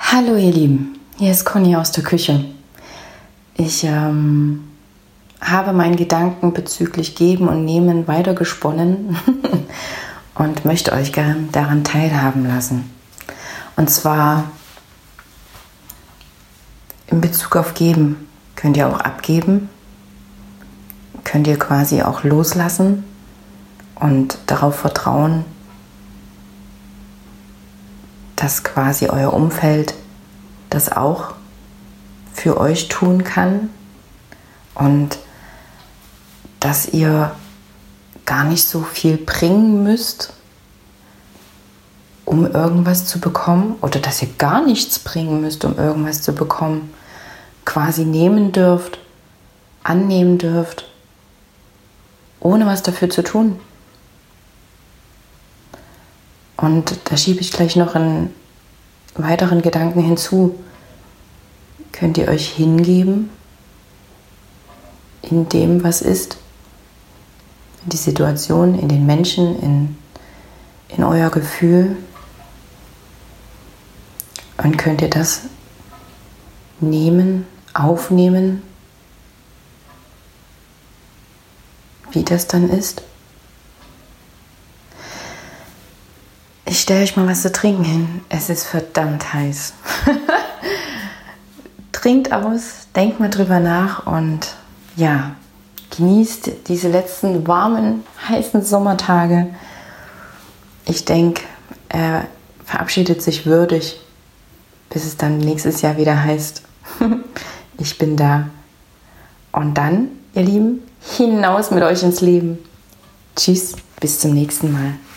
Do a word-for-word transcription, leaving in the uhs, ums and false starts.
Hallo ihr Lieben, hier ist Conny aus der Küche. Ich ähm, habe meinen Gedanken bezüglich Geben und Nehmen weitergesponnen und möchte euch gern daran teilhaben lassen. Und zwar in Bezug auf Geben. Könnt ihr auch abgeben, könnt ihr quasi auch loslassen und darauf vertrauen, dass quasi euer Umfeld das auch für euch tun kann und dass ihr gar nicht so viel bringen müsst, um irgendwas zu bekommen, oder dass ihr gar nichts bringen müsst, um irgendwas zu bekommen, quasi nehmen dürft, annehmen dürft, ohne was dafür zu tun. Und da schiebe ich gleich noch einen weiteren Gedanken hinzu. Könnt ihr euch hingeben in dem, was ist, in die Situation, in den Menschen, in, in euer Gefühl, und könnt ihr das nehmen, aufnehmen, wie das dann ist. Ich stelle euch mal was zu trinken hin. Es ist verdammt heiß. Trinkt aus, denkt mal drüber nach und ja, genießt diese letzten warmen, heißen Sommertage. Ich denke, er verabschiedet sich würdig, bis es dann nächstes Jahr wieder heißt, ich bin da. Und dann, ihr Lieben, hinaus mit euch ins Leben. Tschüss, bis zum nächsten Mal.